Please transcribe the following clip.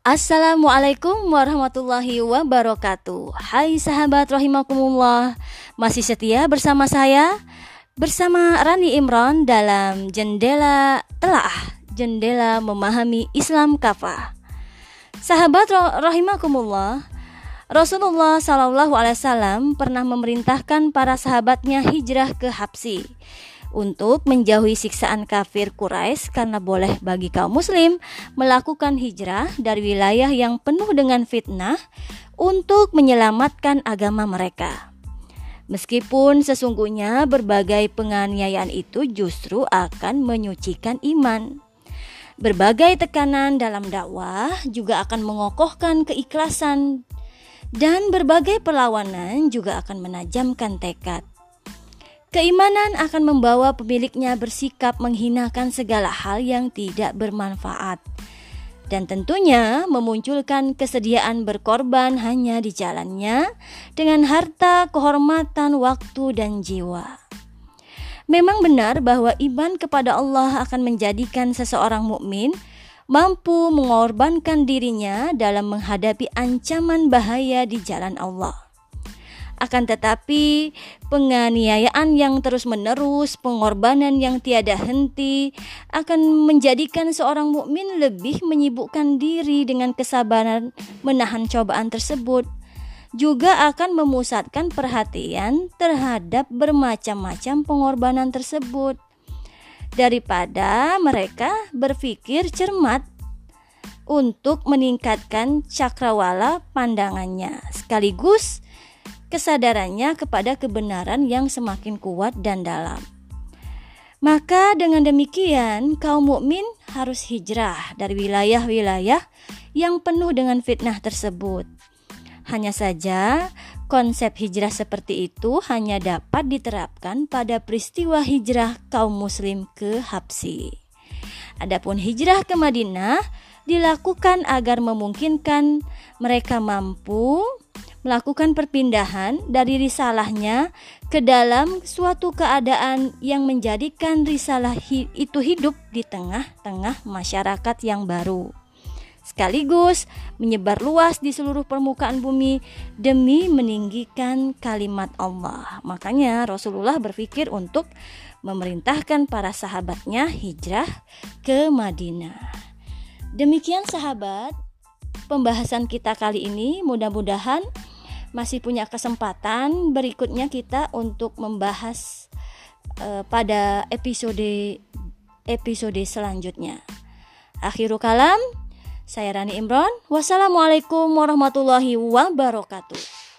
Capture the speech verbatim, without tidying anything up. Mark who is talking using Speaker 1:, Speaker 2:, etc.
Speaker 1: Assalamualaikum warahmatullahi wabarakatuh. Hai sahabat rahimakumullah, masih setia bersama saya, bersama Rani Imron dalam Jendela Telaah, Jendela Memahami Islam Kafah. Sahabat rahimakumullah, Rasulullah shallallahu alaihi wasallam pernah memerintahkan para sahabatnya hijrah ke Habsyi untuk menjauhi siksaan kafir Quraisy, karena boleh bagi kaum muslim melakukan hijrah dari wilayah yang penuh dengan fitnah untuk menyelamatkan agama mereka. Meskipun sesungguhnya berbagai penganiayaan itu justru akan menyucikan iman. Berbagai tekanan dalam dakwah juga akan mengokohkan keikhlasan, dan berbagai perlawanan juga akan menajamkan tekad. Keimanan akan membawa pemiliknya bersikap menghinakan segala hal yang tidak bermanfaat, dan tentunya memunculkan kesediaan berkorban hanya di jalannya dengan harta, kehormatan, waktu, dan jiwa. Memang benar bahwa iman kepada Allah akan menjadikan seseorang mukmin mampu mengorbankan dirinya dalam menghadapi ancaman bahaya di jalan Allah. Akan tetapi, penganiayaan yang terus-menerus, pengorbanan yang tiada henti akan menjadikan seorang mukmin lebih menyibukkan diri dengan kesabaran menahan cobaan tersebut. Juga akan memusatkan perhatian terhadap bermacam-macam pengorbanan tersebut, daripada mereka berpikir cermat untuk meningkatkan cakrawala pandangannya, sekaligus kesadarannya kepada kebenaran yang semakin kuat dan dalam. Maka dengan demikian kaum mukmin harus hijrah dari wilayah-wilayah yang penuh dengan fitnah tersebut. Hanya saja konsep hijrah seperti itu hanya dapat diterapkan pada peristiwa hijrah kaum muslim ke Habsyi. Adapun hijrah ke Madinah dilakukan agar memungkinkan mereka mampu melakukan perpindahan dari risalahnya ke dalam suatu keadaan yang menjadikan risalah itu hidup di tengah-tengah masyarakat yang baru, sekaligus menyebar luas di seluruh permukaan bumi demi meninggikan kalimat Allah. Makanya Rasulullah berpikir untuk memerintahkan para sahabatnya hijrah ke Madinah. Demikian sahabat, pembahasan kita kali ini. Mudah-mudahan masih punya kesempatan berikutnya kita untuk membahas uh, pada episode episode selanjutnya. Akhirul kalam, saya Rani Imron. Wassalamualaikum warahmatullahi wabarakatuh.